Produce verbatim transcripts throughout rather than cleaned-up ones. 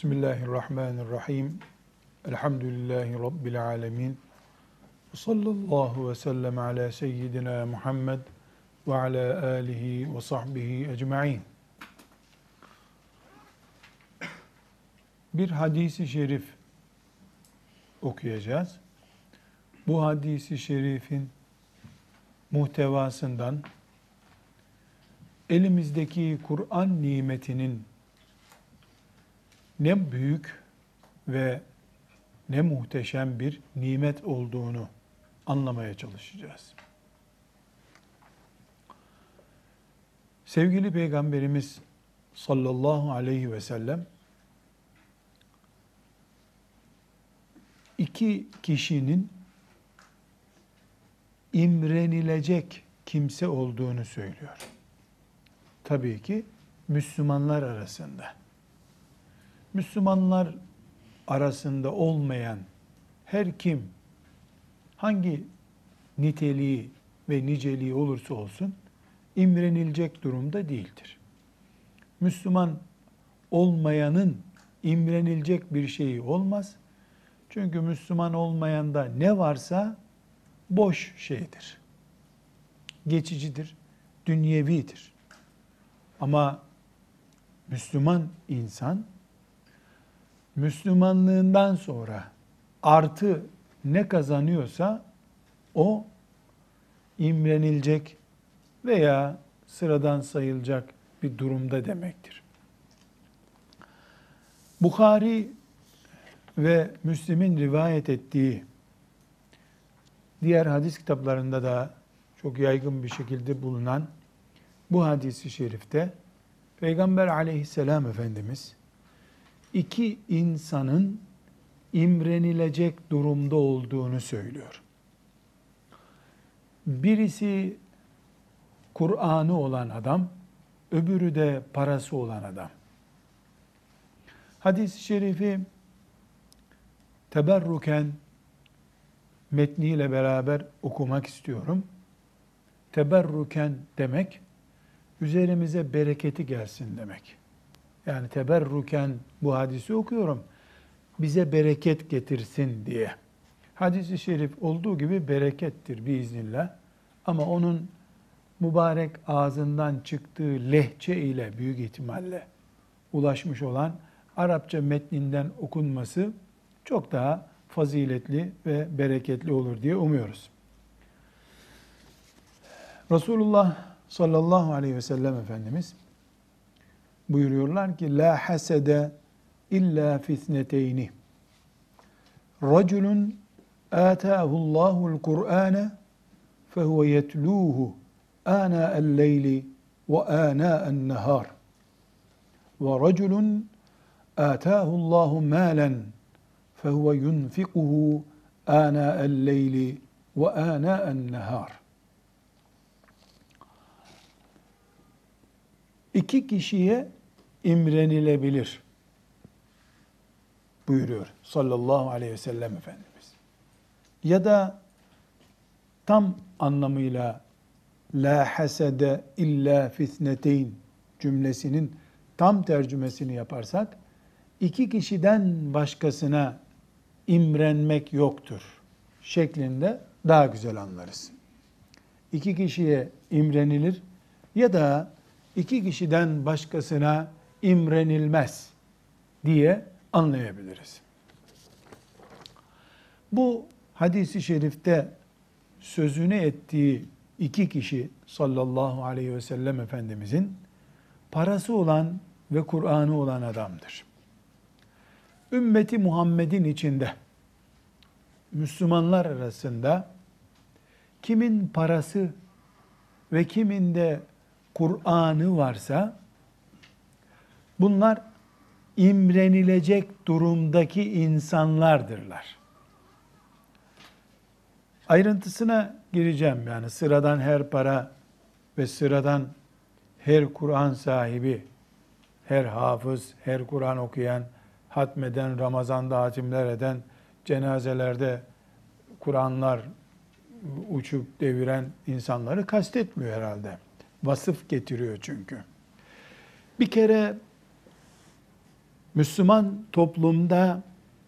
Bismillahirrahmanirrahim. Elhamdülillahi Rabbil alemin. Sallallahu ve sellem ala seyyidina Muhammed ve ala alihi ve sahbihi ecma'in. Bir hadisi şerif okuyacağız. Bu hadisi şerifin muhtevasından elimizdeki Kur'an nimetinin ne büyük ve ne muhteşem bir nimet olduğunu anlamaya çalışacağız. Sevgili Peygamberimiz sallallahu aleyhi ve sellem iki kişinin imrenilecek kimse olduğunu söylüyor. Tabii ki Müslümanlar arasında. Müslümanlar arasında olmayan her kim hangi niteliği ve niceliği olursa olsun imrenilecek durumda değildir. Müslüman olmayanın imrenilecek bir şeyi olmaz. Çünkü Müslüman olmayanda ne varsa boş şeydir. Geçicidir, dünyevidir. Ama Müslüman insan Müslümanlığından sonra artı ne kazanıyorsa o imrenilecek veya sıradan sayılacak bir durumda demektir. Bukhari ve Müslim'in rivayet ettiği diğer hadis kitaplarında da çok yaygın bir şekilde bulunan bu hadis-i şerifte Peygamber aleyhisselam Efendimiz iki insanın imrenilecek durumda olduğunu söylüyor. Birisi Kur'an'ı olan adam, öbürü de parası olan adam. Hadis-i şerifi teberruken metniyle beraber okumak istiyorum. Teberruken demek, üzerimize bereketi gelsin demek. Yani teberruken bu hadisi okuyorum, bize bereket getirsin diye. Hadis-i şerif olduğu gibi berekettir biiznillah. Ama onun mübarek ağzından çıktığı lehçe ile büyük ihtimalle ulaşmış olan Arapça metninden okunması çok daha faziletli ve bereketli olur diye umuyoruz. Resulullah sallallahu aleyhi ve sellem Efendimiz buyuruyorlar ki la hasede illa fitneteyni. Raculun atâhullâhu'l Kur'âne fehuve yetlûhu ânâ'el leyli ve ânâ'en nehâr. Ve raculun atâhullâhu mâlen fehuve yunfikuhu ânâ'el leyli ve ânâ'en nehâr. İki kişiye imrenilebilir buyuruyor sallallahu aleyhi ve sellem Efendimiz. Ya da tam anlamıyla la hasede illa fitneteyn cümlesinin tam tercümesini yaparsak, iki kişiden başkasına imrenmek yoktur şeklinde daha güzel anlarız. İki kişiye imrenilir ya da iki kişiden başkasına imrenilmez diye anlayabiliriz. Bu hadis-i şerifte sözünü ettiği iki kişi sallallahu aleyhi ve sellem Efendimizin parası olan ve Kur'an'ı olan adamdır. Ümmeti Muhammed'in içinde Müslümanlar arasında kimin parası ve kimin de Kur'an'ı varsa bunlar imrenilecek durumdaki insanlardırlar. Ayrıntısına gireceğim, yani sıradan her para ve sıradan her Kur'an sahibi, her hafız, her Kur'an okuyan, hatmeden, Ramazan'da hatimler eden, cenazelerde Kur'anlar uçup deviren insanları kastetmiyor herhalde. Vasıf getiriyor çünkü. Bir kere Müslüman toplumda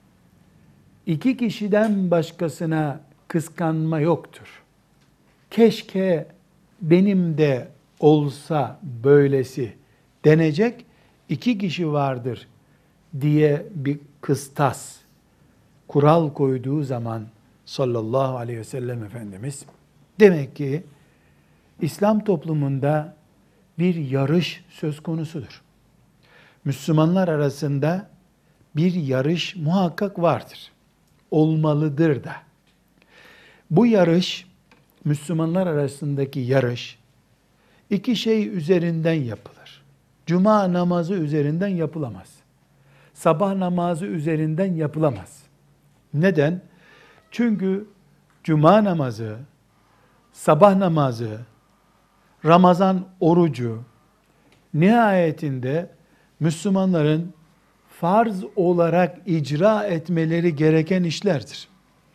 iki kişiden başkasına kıskanma yoktur. Keşke benim de olsa böylesi denecek iki kişi vardır diye bir kıstas, kural koyduğu zaman sallallahu aleyhi ve sellem Efendimiz, demek ki İslam toplumunda bir yarış söz konusudur. Müslümanlar arasında bir yarış muhakkak vardır. Olmalıdır da. Bu yarış, Müslümanlar arasındaki yarış, iki şey üzerinden yapılır. Cuma namazı üzerinden yapılamaz. Sabah namazı üzerinden yapılamaz. Neden? Çünkü cuma namazı, sabah namazı, Ramazan orucu nihayetinde Müslümanların farz olarak icra etmeleri gereken işlerdir.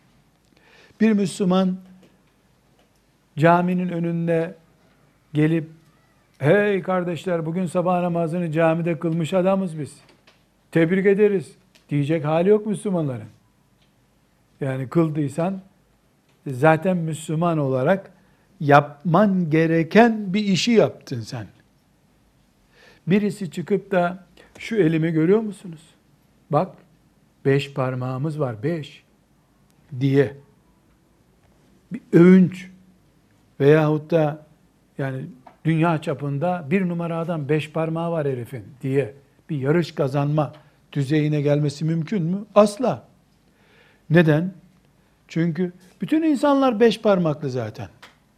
Bir Müslüman caminin önünde gelip, hey kardeşler bugün sabah namazını camide kılmış adamız biz, tebrik ederiz diyecek hali yok Müslümanların. Yani kıldıysan zaten Müslüman olarak yapman gereken bir işi yaptın sen. Birisi çıkıp da şu elimi görüyor musunuz? Bak beş parmağımız var, beş diye bir övünç veyahut da yani dünya çapında bir numara adam beş parmağı var herifin diye bir yarış kazanma düzeyine gelmesi mümkün mü? Asla. Neden? Çünkü bütün insanlar beş parmaklı zaten.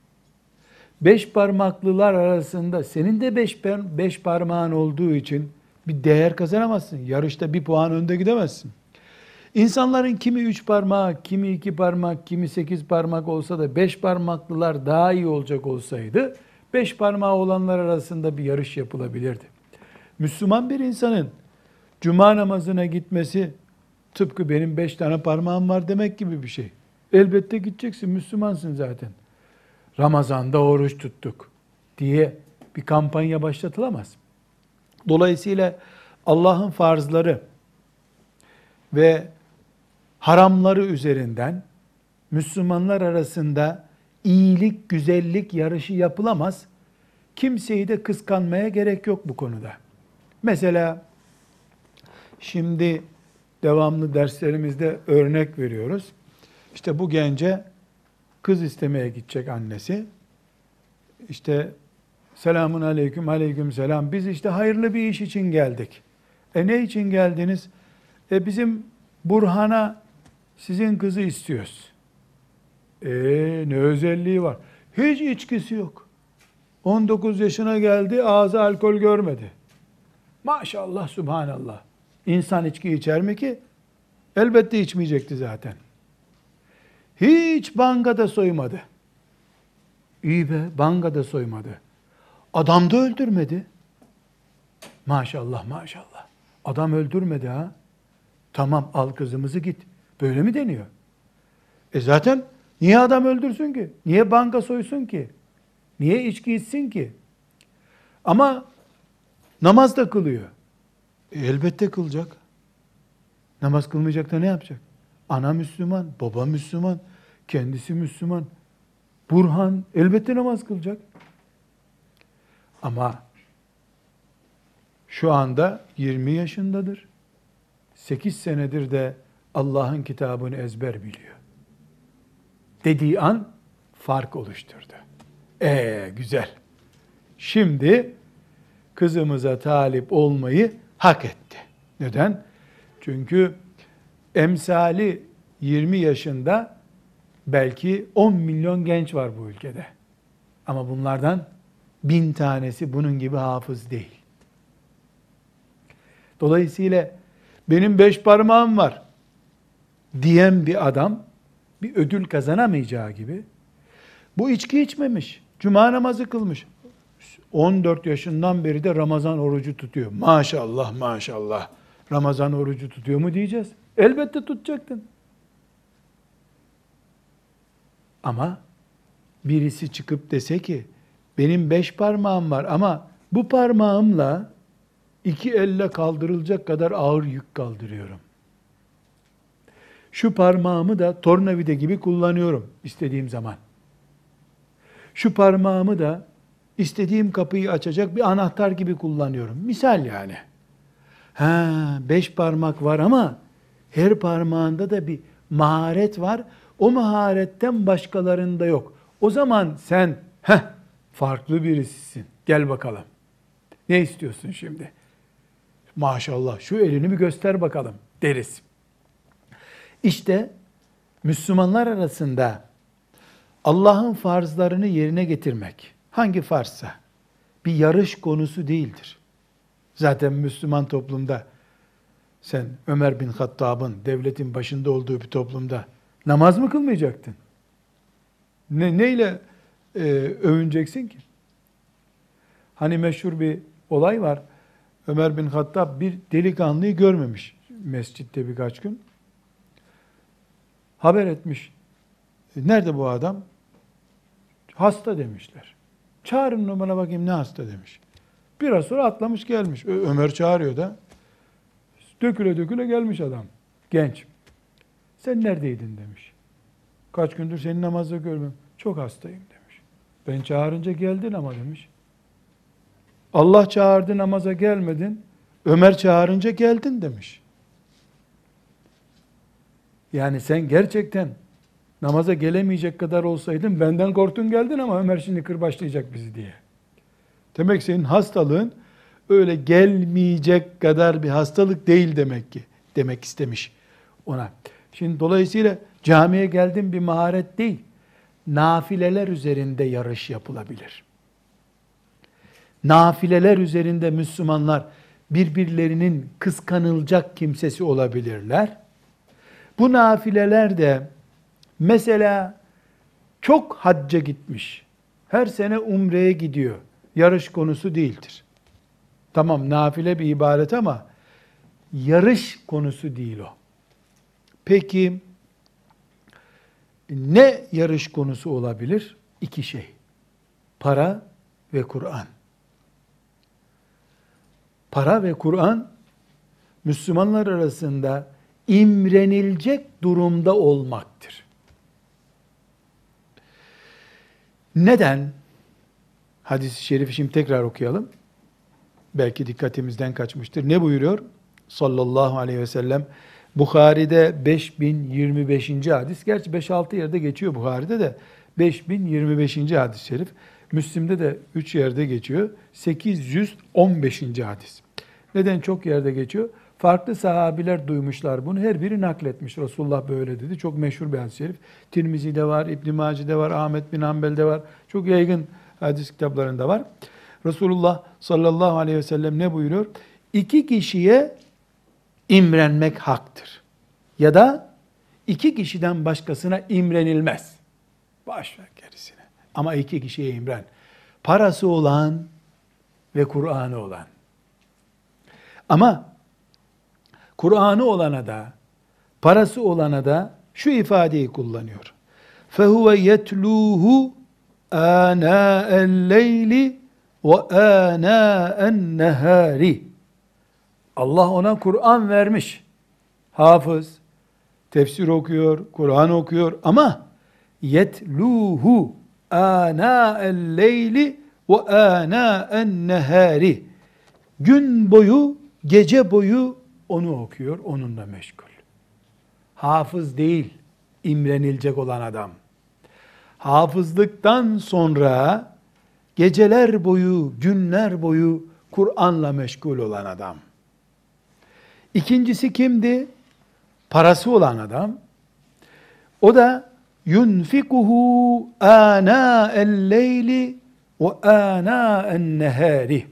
Beş parmaklılar arasında senin de beş, beş parmağın olduğu için bir değer kazanamazsın. Yarışta bir puan önde gidemezsin. İnsanların kimi üç parmak, kimi iki parmak, kimi sekiz parmak olsa da beş parmaklılar daha iyi olacak olsaydı, beş parmağı olanlar arasında bir yarış yapılabilirdi. Müslüman bir insanın cuma namazına gitmesi tıpkı benim beş tane parmağım var demek gibi bir şey. Elbette gideceksin, Müslümansın zaten. Ramazan'da oruç tuttuk diye bir kampanya başlatılamaz. Dolayısıyla Allah'ın farzları ve haramları üzerinden Müslümanlar arasında iyilik, güzellik yarışı yapılamaz. Kimseyi de kıskanmaya gerek yok bu konuda. Mesela şimdi devamlı derslerimizde örnek veriyoruz. İşte bu gence kız istemeye gidecek annesi. İşte selamun aleyküm, aleyküm selam. Biz işte hayırlı bir iş için geldik. E ne için geldiniz? E bizim Burhan'a sizin kızı istiyoruz. E ne özelliği var? Hiç içkisi yok. on dokuz yaşına geldi, ağzı alkol görmedi. Maşallah, subhanallah. İnsan içki içer mi ki? Elbette içmeyecekti zaten. Hiç bankada soymadı. İyi be, bankada soymadı. Adam da öldürmedi. Maşallah, maşallah. Adam öldürmedi ha. Tamam, al kızımızı git. Böyle mi deniyor? E zaten niye adam öldürsün ki? Niye banka soysun ki? Niye içki içsin ki? Ama namaz da kılıyor. E elbette kılacak. Namaz kılmayacak da ne yapacak? Ana Müslüman, baba Müslüman, kendisi Müslüman. Burhan elbette namaz kılacak. Ama şu anda yirmi yaşındadır. sekiz senedir de Allah'ın kitabını ezber biliyor. Dediği an fark oluşturdu. Ee güzel. Şimdi kızımıza talip olmayı hak etti. Neden? Çünkü emsali yirmi yaşında belki on milyon genç var bu ülkede. Ama bunlardan bin tanesi bunun gibi hafız değil. Dolayısıyla benim beş parmağım var diyen bir adam bir ödül kazanamayacağı gibi, bu içki içmemiş, cuma namazı kılmış, on dört yaşından beri de Ramazan orucu tutuyor. Maşallah maşallah. Ramazan orucu tutuyor mu diyeceğiz. Elbette tutacaktın. Ama birisi çıkıp dese ki benim beş parmağım var ama bu parmağımla iki elle kaldırılacak kadar ağır yük kaldırıyorum. Şu parmağımı da tornavida gibi kullanıyorum istediğim zaman. Şu parmağımı da istediğim kapıyı açacak bir anahtar gibi kullanıyorum. Misal yani. Ha, beş parmak var ama her parmağında da bir maharet var. O maharetten başkalarında yok. O zaman sen heh, farklı birisisin. Gel bakalım. Ne istiyorsun şimdi? Maşallah şu elini bir göster bakalım deriz. İşte Müslümanlar arasında Allah'ın farzlarını yerine getirmek, hangi farzsa, bir yarış konusu değildir. Zaten Müslüman toplumda, sen Ömer bin Hattab'ın devletin başında olduğu bir toplumda namaz mı kılmayacaktın? Ne, neyle e, övüneceksin ki? Hani meşhur bir olay var. Ömer bin Hattab bir delikanlıyı görmemiş mescitte birkaç gün. Haber etmiş. Nerede bu adam? Hasta demişler. Çağırın onu bana bakayım ne hasta demiş. Biraz sonra atlamış gelmiş. Ö- Ömer çağırıyor da. Döküle döküle gelmiş adam. Genç. Sen neredeydin demiş. Kaç gündür seni namazda görmüyorum. Çok hastayım demiş. Ben çağırınca geldin ama demiş. Allah çağırdı namaza gelmedin. Ömer çağırınca geldin demiş. Yani sen gerçekten namaza gelemeyecek kadar olsaydın benden korktun geldin ama Ömer şimdi kırbaçlayacak bizi diye. Demek senin hastalığın öyle gelmeyecek kadar bir hastalık değil demek ki. Demek istemiş ona. Şimdi dolayısıyla camiye geldim bir maharet değil. Nafileler üzerinde yarış yapılabilir. Nafileler üzerinde Müslümanlar birbirlerinin kıskanılacak kimsesi olabilirler. Bu nafileler de mesela çok hacca gitmiş, her sene umreye gidiyor, yarış konusu değildir. Tamam nafile bir ibadet ama yarış konusu değil o. Peki ne yarış konusu olabilir? İki şey. Para ve Kur'an. Para ve Kur'an Müslümanlar arasında imrenilecek durumda olmaktır. Neden? Hadis-i şerifi şimdi tekrar okuyalım. Belki dikkatimizden kaçmıştır. Ne buyuruyor? Sallallahu aleyhi ve sellem. Bukhari'de beş bin yirmi beşinci hadis. Gerçi beş altı yerde geçiyor Bukhari'de de. beş bin yirmi beşinci hadis-i şerif. Müslim'de de üç yerde geçiyor. sekiz yüz on beşinci hadis. Neden çok yerde geçiyor? Farklı sahabiler duymuşlar bunu. Her biri nakletmiş. Resulullah böyle dedi. Çok meşhur bir hadis-i şerif. Tirmizi'de var, İbn-i Mace'de var, Ahmet bin Hanbel'de var. Çok yaygın hadis kitaplarında var. Resulullah sallallahu aleyhi ve sellem ne buyuruyor? İki kişiye imrenmek haktır. Ya da iki kişiden başkasına imrenilmez. Boş ver gerisine. Ama iki kişiye imren. Parası olan ve Kur'an'ı olan. Ama Kur'an'ı olana da, parası olana da şu ifadeyi kullanıyor. فَهُوَ يَتْلُوهُ آنَاءَ اللَّيْلِ وَآنَاءَ النَّهَارِ. Allah ona Kur'an vermiş. Hafız, tefsir okuyor, Kur'an okuyor ama yetluhu ana'el leyli ve ana'en nehari. Gün boyu, gece boyu onu okuyor, onunla meşgul. Hafız değil, imrenilecek olan adam. Hafızlıktan sonra geceler boyu, günler boyu Kur'an'la meşgul olan adam. İkincisi kimdi? Parası olan adam. O da yunfikuhu ana'el leyli ve ana'en nehari.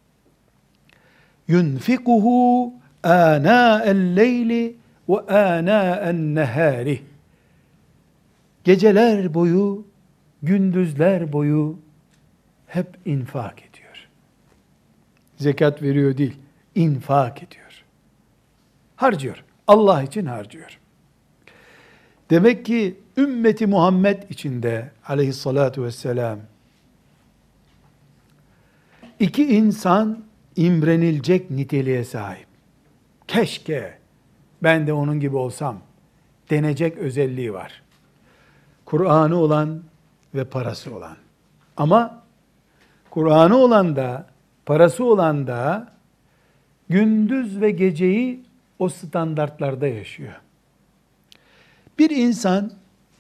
Yunfikuhu ana'el leyli ve ana'en nehari. Geceler boyu, gündüzler boyu hep infak ediyor. Zekat veriyor değil, infak ediyor. Harcıyor. Allah için harcıyor. Demek ki ümmeti Muhammed içinde aleyhissalatu vesselam iki insan imrenilecek niteliğe sahip. Keşke ben de onun gibi olsam denecek özelliği var. Kur'an'ı olan ve parası olan. Ama Kur'an'ı olan da, parası olan da gündüz ve geceyi o standartlarda yaşıyor. Bir insan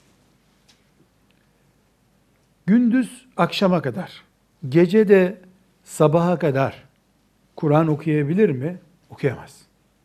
gündüz akşama kadar, gece de sabaha kadar Kur'an okuyabilir mi? Okuyamaz.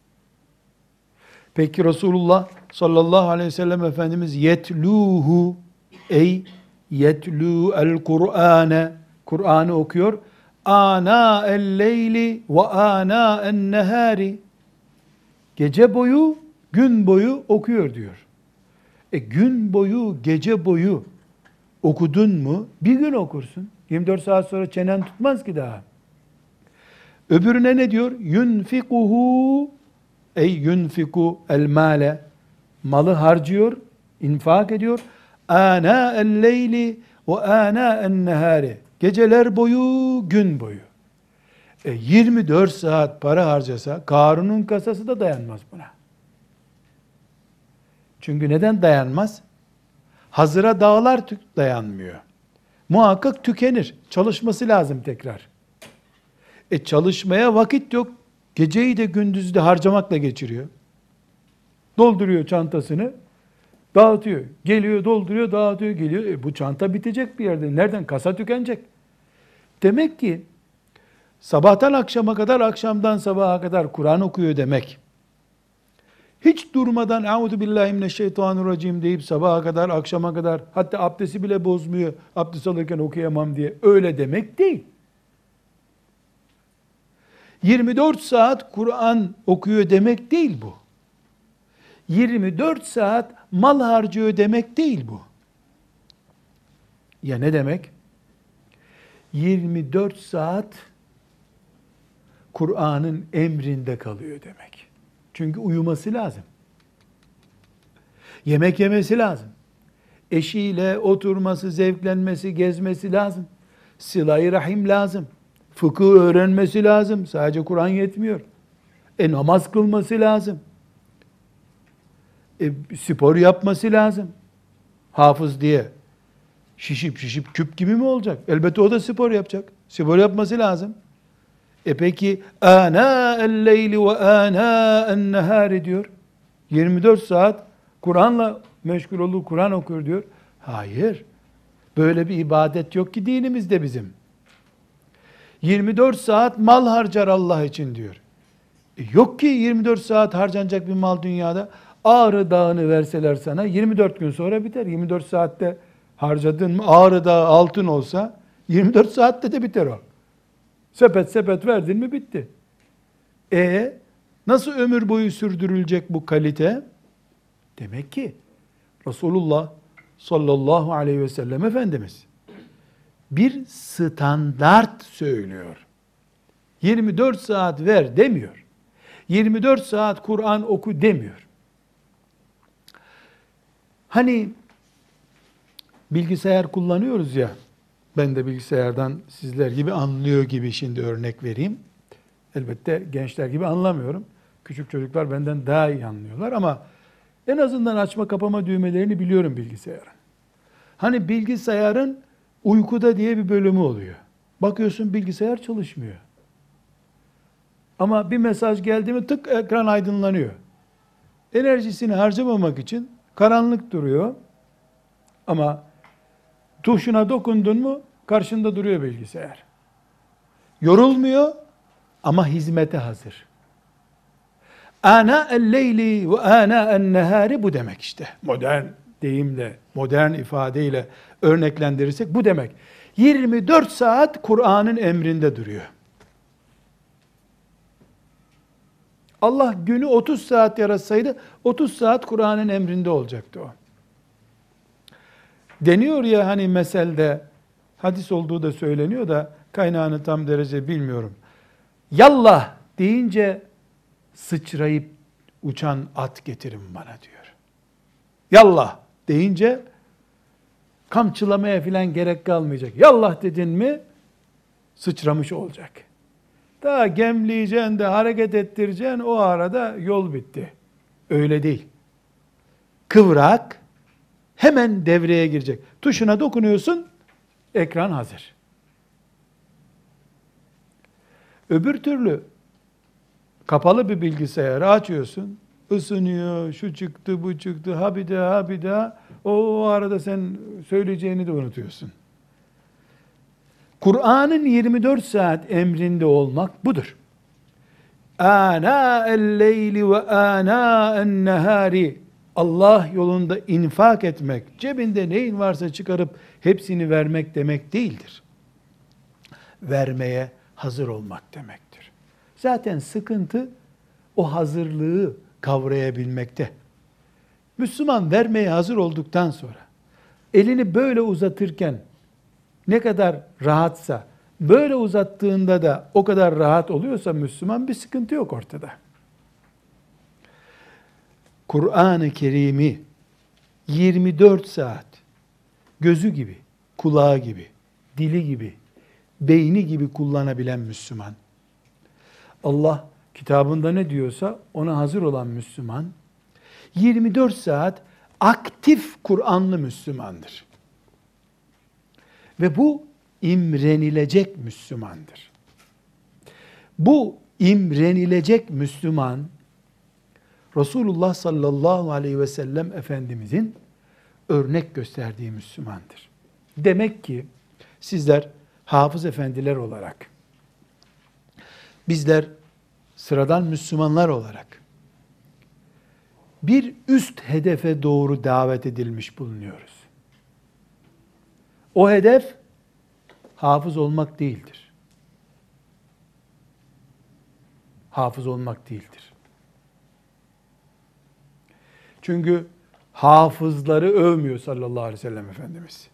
Peki Resulullah sallallahu aleyhi ve sellem Efendimiz yetluhu ey yetlu el Kur'ane Kur'an'ı okuyor. Ana el leyli ve ana en nehari gece boyu, gün boyu okuyor diyor. E gün boyu, gece boyu okudun mu? Bir gün okursun. yirmi dört saat sonra çenen tutmaz ki daha. Öbürüne ne diyor? Yunfikuhu ey yunfiku el male malı harcıyor, infak ediyor. Ana el leyli ve ana en nehari geceler boyu, gün boyu. E yirmi dört saat para harcasa Karun'un kasası da dayanmaz buna. Çünkü neden dayanmaz? Hazıra dağlar dayanmıyor. Muhakkak tükenir. Çalışması lazım tekrar. E çalışmaya vakit yok. Geceyi de gündüzü de harcamakla geçiriyor. Dolduruyor çantasını, dağıtıyor. Geliyor, dolduruyor, dağıtıyor, geliyor. E bu çanta bitecek bir yerde. Nereden? Kasa tükenecek. Demek ki sabahtan akşama kadar, akşamdan sabaha kadar Kur'an okuyor demek. Hiç durmadan "Euzu billahi mineşşeytanirracim" deyip sabaha kadar, akşama kadar, hatta abdesti bile bozmuyor, abdest alırken okuyamam diye, öyle demek değil. yirmi dört saat Kur'an okuyor demek değil bu. yirmi dört saat mal harcıyor demek değil bu. Ya ne demek? yirmi dört saat Kur'an'ın emrinde kalıyor demek. Çünkü uyuması lazım. Yemek yemesi lazım. Eşiyle oturması, zevklenmesi, gezmesi lazım. Sıla-i rahim lazım. Fıkıh öğrenmesi lazım. Sadece Kur'an yetmiyor. E namaz kılması lazım. E, spor yapması lazım. Hafız diye şişip şişip küp gibi mi olacak? Elbette o da spor yapacak. Spor yapması lazım. E peki ana el-leyli ve ana en-nehari diyor. yirmi dört saat Kur'an'la meşgul olur, Kur'an okur diyor. Hayır. Böyle bir ibadet yok ki dinimizde bizim. yirmi dört saat mal harcar Allah için diyor. E yok ki yirmi dört saat harcanacak bir mal dünyada. Ağrı Dağı'nı verseler sana yirmi dört gün sonra biter. yirmi dört saatte harcadın mı, Ağrı Dağı altın olsa yirmi dört saatte de biter o. Sepet sepet verdin mi bitti. E nasıl ömür boyu sürdürülecek bu kalite? Demek ki Resulullah sallallahu aleyhi ve sellem Efendimiz bir standart söylüyor. yirmi dört saat ver demiyor. yirmi dört saat Kur'an oku demiyor. Hani bilgisayar kullanıyoruz ya, ben de bilgisayardan sizler gibi anlıyor gibi şimdi örnek vereyim. Elbette gençler gibi anlamıyorum. Küçük çocuklar benden daha iyi anlıyorlar ama en azından açma kapama düğmelerini biliyorum bilgisayarın. Hani bilgisayarın uykuda diye bir bölümü oluyor. Bakıyorsun bilgisayar çalışmıyor. Ama bir mesaj geldi mi tık ekran aydınlanıyor. Enerjisini harcamamak için karanlık duruyor. Ama tuşuna dokundun mu karşında duruyor bilgisayar. Yorulmuyor ama hizmete hazır. Ana el-leyli ve ana en-nehari bu demek işte. Modern deyimle, modern ifadeyle örneklendirirsek bu demek. yirmi dört saat Kur'an'ın emrinde duruyor. Allah günü otuz saat yaratsaydı otuz saat Kur'an'ın emrinde olacaktı o. Deniyor ya hani meselde, hadis olduğu da söyleniyor da kaynağını tam derece bilmiyorum. Yallah deyince sıçrayıp uçan at getirin bana diyor. Yallah deyince kamçılamaya filan gerek kalmayacak. Yallah dedin mi sıçramış olacak. Daha gemleyeceksin de hareket ettireceksin, o arada yol bitti. Öyle değil. Kıvrak, hemen devreye girecek. Tuşuna dokunuyorsun, ekran hazır. Öbür türlü kapalı bir bilgisayarı açıyorsun, ısınıyor, şu çıktı, bu çıktı, ha bir daha, ha bir daha. O, o arada sen söyleyeceğini de unutuyorsun. Kur'an'ın yirmi dört saat emrinde olmak budur. Ana el-leyli ve ana en-nehari. Allah yolunda infak etmek, cebinde neyin varsa çıkarıp hepsini vermek demek değildir. Vermeye hazır olmak demektir. Zaten sıkıntı o hazırlığı kavrayabilmekte. Müslüman vermeye hazır olduktan sonra elini böyle uzatırken ne kadar rahatsa, böyle uzattığında da o kadar rahat oluyorsa Müslüman, bir sıkıntı yok ortada. Kur'an-ı Kerim'i yirmi dört saat gözü gibi, kulağı gibi, dili gibi, beyni gibi kullanabilen Müslüman, Allah kitabında ne diyorsa ona hazır olan Müslüman, yirmi dört saat aktif Kur'anlı Müslümandır. Ve bu imrenilecek Müslümandır. Bu imrenilecek Müslüman, Resulullah sallallahu aleyhi ve sellem Efendimizin örnek gösterdiği Müslümandır. Demek ki sizler hafız efendiler olarak, bizler sıradan Müslümanlar olarak bir üst hedefe doğru davet edilmiş bulunuyoruz. O hedef hafız olmak değildir. Hafız olmak değildir. Çünkü hafızları övmüyor sallallahu aleyhi ve sellem Efendimiz.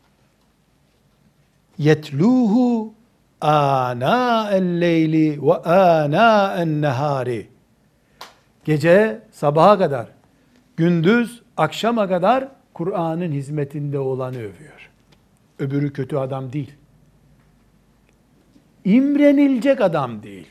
Yetluhu ana el-leyli ve ana en-nehari. Gece sabaha kadar, gündüz akşama kadar Kur'an'ın hizmetinde olanı övüyor. Öbürü kötü adam değil. İmrenilecek adam değil.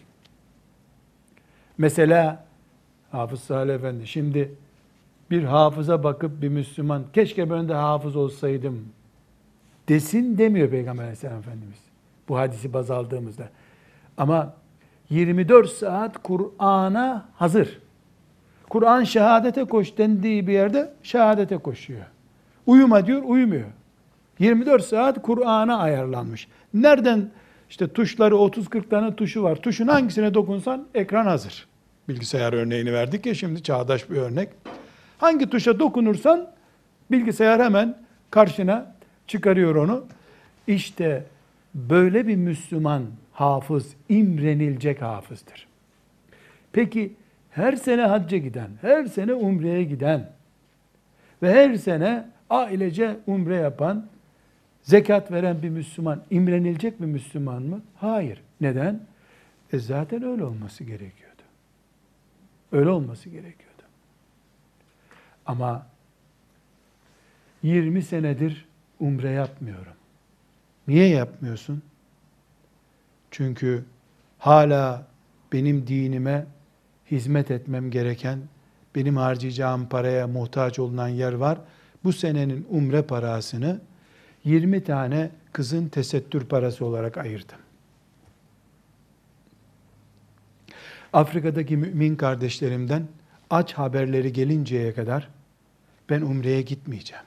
Mesela Hafız Salih Efendi, şimdi bir hafıza bakıp bir Müslüman, keşke ben de hafız olsaydım desin demiyor Peygamber Aleyhisselam Efendimiz. Bu hadisi baz aldığımızda. Ama yirmi dört saat Kur'an'a hazır. Kur'an şehadete koş dendiği bir yerde şehadete koşuyor. Uyuma diyor, uyumuyor. yirmi dört saat Kur'an'a ayarlanmış. Nereden? İşte tuşları, otuz kırk tane tuşu var. Tuşun hangisine dokunsan ekran hazır. Bilgisayar örneğini verdik ya, şimdi çağdaş bir örnek. Hangi tuşa dokunursan bilgisayar hemen karşına çıkarıyor onu. İşte böyle bir Müslüman hafız, imrenilecek hafızdır. Peki her sene hacca giden, her sene umreye giden ve her sene ailece umre yapan, zekat veren bir Müslüman imrenilecek bir Müslüman mı? Hayır. Neden? E zaten öyle olması gerekiyordu. Öyle olması gerekiyordu. Ama yirmi senedir umre yapmıyorum. Niye yapmıyorsun? Çünkü hala benim dinime hizmet etmem gereken, benim harcayacağım paraya muhtaç olunan yer var. Bu senenin umre parasını yirmi tane kızın tesettür parası olarak ayırdım. Afrika'daki mümin kardeşlerimden aç haberleri gelinceye kadar ben umreye gitmeyeceğim.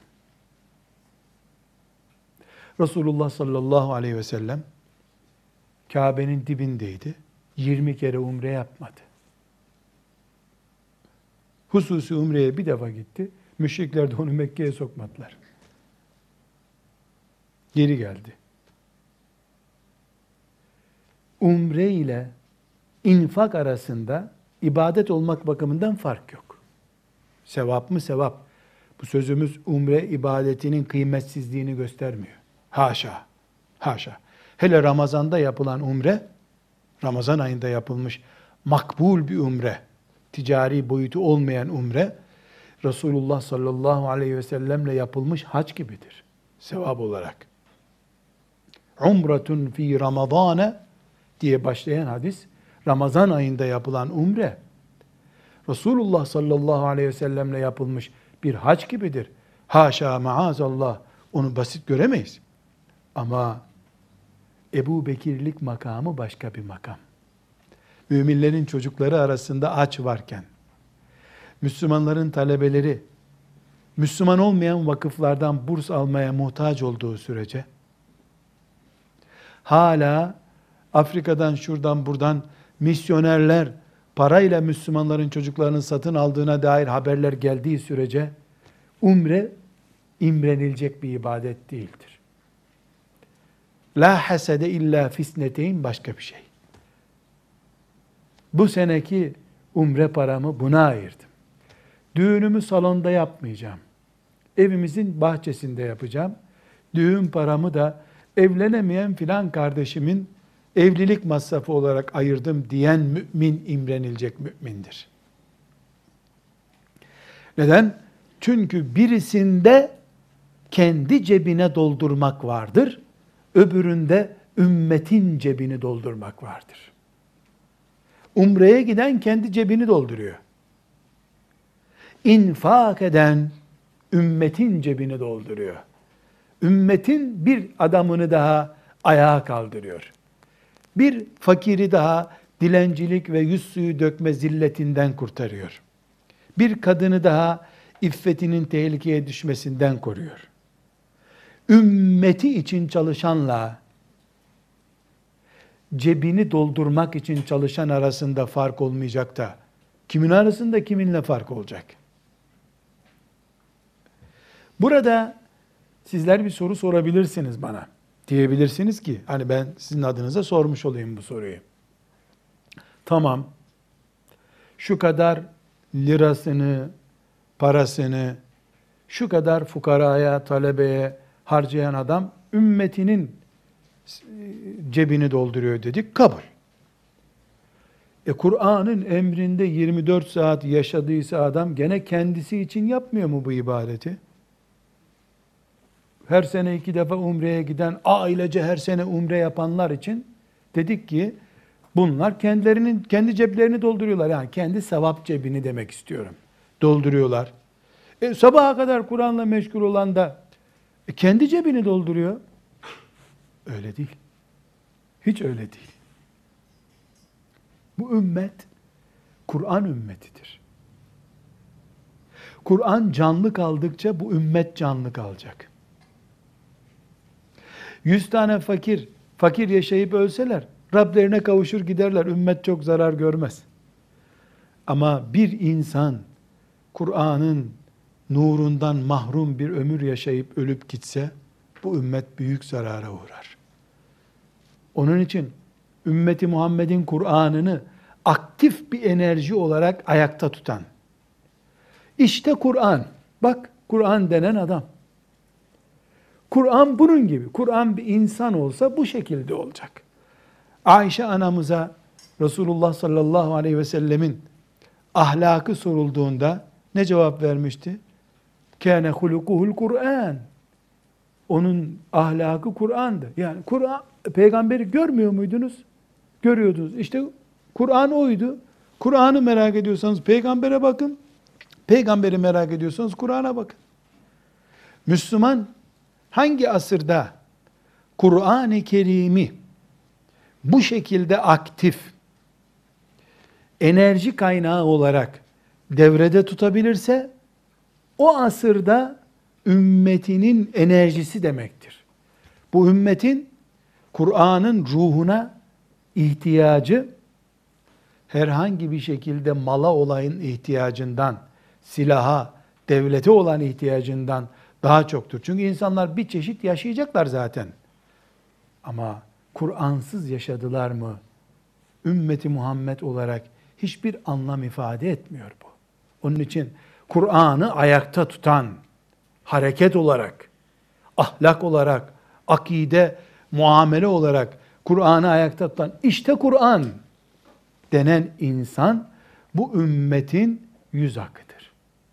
Resulullah sallallahu aleyhi ve sellem Kabe'nin dibindeydi. yirmi kere umre yapmadı. Hususi umreye bir defa gitti. Müşrikler de onu Mekke'ye sokmadılar. Geri geldi. Umre ile infak arasında ibadet olmak bakımından fark yok. Sevap mı sevap? Bu sözümüz umre ibadetinin kıymetsizliğini göstermiyor. Haşa, haşa. Hele Ramazan'da yapılan umre, Ramazan ayında yapılmış makbul bir umre, ticari boyutu olmayan umre, Resulullah sallallahu aleyhi ve sellemle yapılmış hac gibidir. Sevap olarak. Umretun fi Ramazane diye başlayan hadis, Ramazan ayında yapılan umre, Resulullah sallallahu aleyhi ve sellemle yapılmış bir hac gibidir. Haşa maazallah, onu basit göremeyiz. Ama Ebu Bekirlik makamı başka bir makam. Müminlerin çocukları arasında aç varken, Müslümanların talebeleri, Müslüman olmayan vakıflardan burs almaya muhtaç olduğu sürece, hala Afrika'dan şuradan buradan misyonerler parayla Müslümanların çocuklarını satın aldığına dair haberler geldiği sürece, umre imrenilecek bir ibadet değildir. La hasede illa fisneteyn başka bir şey. Bu seneki umre paramı buna ayırdım. Düğünümü salonda yapmayacağım. Evimizin bahçesinde yapacağım. Düğün paramı da evlenemeyen filan kardeşimin evlilik masrafı olarak ayırdım diyen mümin imrenilecek mümindir. Neden? Çünkü birisinde kendi cebine doldurmak vardır, öbüründe ümmetin cebini doldurmak vardır. Umreye giden kendi cebini dolduruyor. İnfak eden ümmetin cebini dolduruyor. Ümmetin bir adamını daha ayağa kaldırıyor. Bir fakiri daha dilencilik ve yüz suyu dökme zilletinden kurtarıyor. Bir kadını daha iffetinin tehlikeye düşmesinden koruyor. Ümmeti için çalışanla cebini doldurmak için çalışan arasında fark olmayacak da kimin arasında kiminle fark olacak? Burada sizler bir soru sorabilirsiniz bana. Diyebilirsiniz ki hani ben sizin adınıza sormuş olayım bu soruyu. Tamam, şu kadar lirasını, parasını, şu kadar fukaraya, talebeye harcayan adam ümmetinin cebini dolduruyor dedik, kabul. E Kur'an'ın emrinde yirmi dört saat yaşadıysa adam gene kendisi için yapmıyor mu bu ibadeti? Her sene iki defa umreye giden, ailece her sene umre yapanlar için dedik ki bunlar kendilerinin kendi ceplerini dolduruyorlar. Yani kendi sevap cebini demek istiyorum. Dolduruyorlar. E, sabaha kadar Kur'an'la meşgul olan da e, kendi cebini dolduruyor. Öyle değil. Hiç öyle değil. Bu ümmet Kur'an ümmetidir. Kur'an canlı kaldıkça bu ümmet canlı kalacak. Yüz tane fakir, fakir yaşayıp ölseler, Rablerine kavuşur giderler, ümmet çok zarar görmez. Ama bir insan, Kur'an'ın nurundan mahrum bir ömür yaşayıp ölüp gitse, bu ümmet büyük zarara uğrar. Onun için, ümmeti Muhammed'in Kur'an'ını aktif bir enerji olarak ayakta tutan, işte Kur'an, bak Kur'an denen adam, Kur'an bunun gibi. Kur'an bir insan olsa bu şekilde olacak. Ayşe anamıza Resulullah sallallahu aleyhi ve sellemin ahlakı sorulduğunda ne cevap vermişti? Kâne hulukuhul Kur'an. Onun ahlakı Kur'an'dı. Yani Kur'an, peygamberi görmüyor muydunuz? Görüyordunuz. İşte Kur'an oydu. Kur'an'ı merak ediyorsanız peygambere bakın. Peygamberi merak ediyorsanız Kur'an'a bakın. Müslüman hangi asırda Kur'an-ı Kerim'i bu şekilde aktif, enerji kaynağı olarak devrede tutabilirse, o asırda ümmetinin enerjisi demektir. Bu ümmetin Kur'an'ın ruhuna ihtiyacı, herhangi bir şekilde mala olan ihtiyacından, silaha, devlete olan ihtiyacından daha çoktur. Çünkü insanlar bir çeşit yaşayacaklar zaten. Ama Kur'ansız yaşadılar mı? Ümmeti Muhammed olarak hiçbir anlam ifade etmiyor bu. Onun için Kur'an'ı ayakta tutan, hareket olarak, ahlak olarak, akide, muamele olarak Kur'an'ı ayakta tutan, işte Kur'an denen insan bu ümmetin yüz akıdır.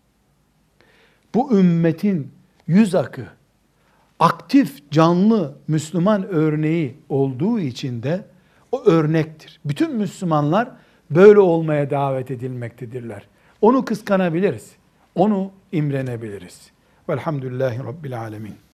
Bu ümmetin yüz akı, aktif, canlı Müslüman örneği olduğu için de O örnektir. Bütün Müslümanlar böyle olmaya davet edilmektedirler. Onu kıskanabiliriz. Onu imrenebiliriz. Velhamdülillahi Rabbil alemin.